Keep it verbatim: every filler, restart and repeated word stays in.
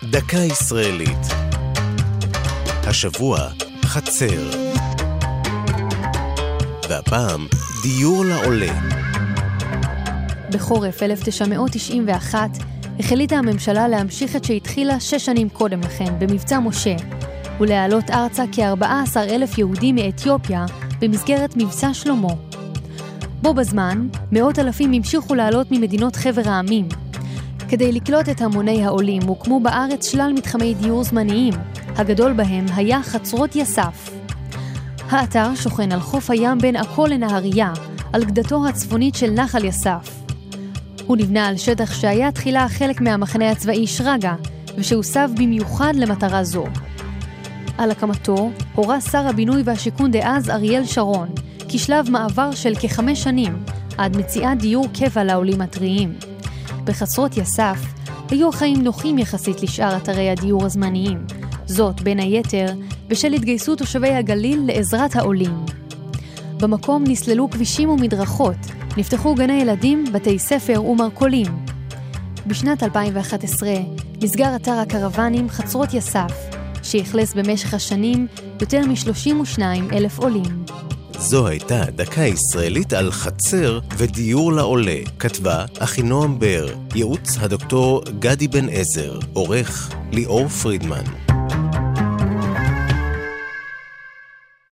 דקה ישראלית. השבוע חצר. והפעם דיור לעולה. בחורף אלף תשע מאות תשעים ואחת החליטה הממשלה להמשיך את שהתחילה שש שנים קודם לכן במבצע משה, ולהעלות ארצה כ-ארבעה עשר אלף יהודים מאתיופיה במסגרת מבצע שלמה. בו בזמן, מאות אלפים המשיכו לעלות ממדינות חבר העמים. כדי לקלוט את המוני העולים הוקמו בארץ שלל מתחמי דיור זמניים, הגדול בהם היה חצרות יסף. האתר שוכן על חוף הים בין עכו לנהריה, על גדתו הצפונית של נחל יסף. הוא נבנה על שטח שהיה תחילה חלק מהמחנה הצבאי שרגא, ושהוסב במיוחד למטרה זו. על הקמתו הורה שר הבינוי והשיכון דאז אריאל שרון, כשלב מעבר של כחמש שנים, עד מציאת דיור קבע לעולים הטריים. בחצרות יסף היו החיים נוחים יחסית לשאר אתרי הדיור הזמניים, זאת בין היתר בשל התגייסות תושבי הגליל לעזרת העולים. במקום נסללו כבישים ומדרכות, נפתחו גני ילדים, בתי ספר ומרקולים. בשנת אלפיים ואחת עשרה נסגר אתר הקרוונים חצרות יסף, שהכלס במשך השנים יותר מ-שלושים ושניים אלף עולים. זו הייתה דקה ישראלית על חצר ודיור לעולה. כתבה אחינועם בר, ייעוץ הדוקטור גדי בן עזר, עורך ליאור פרידמן.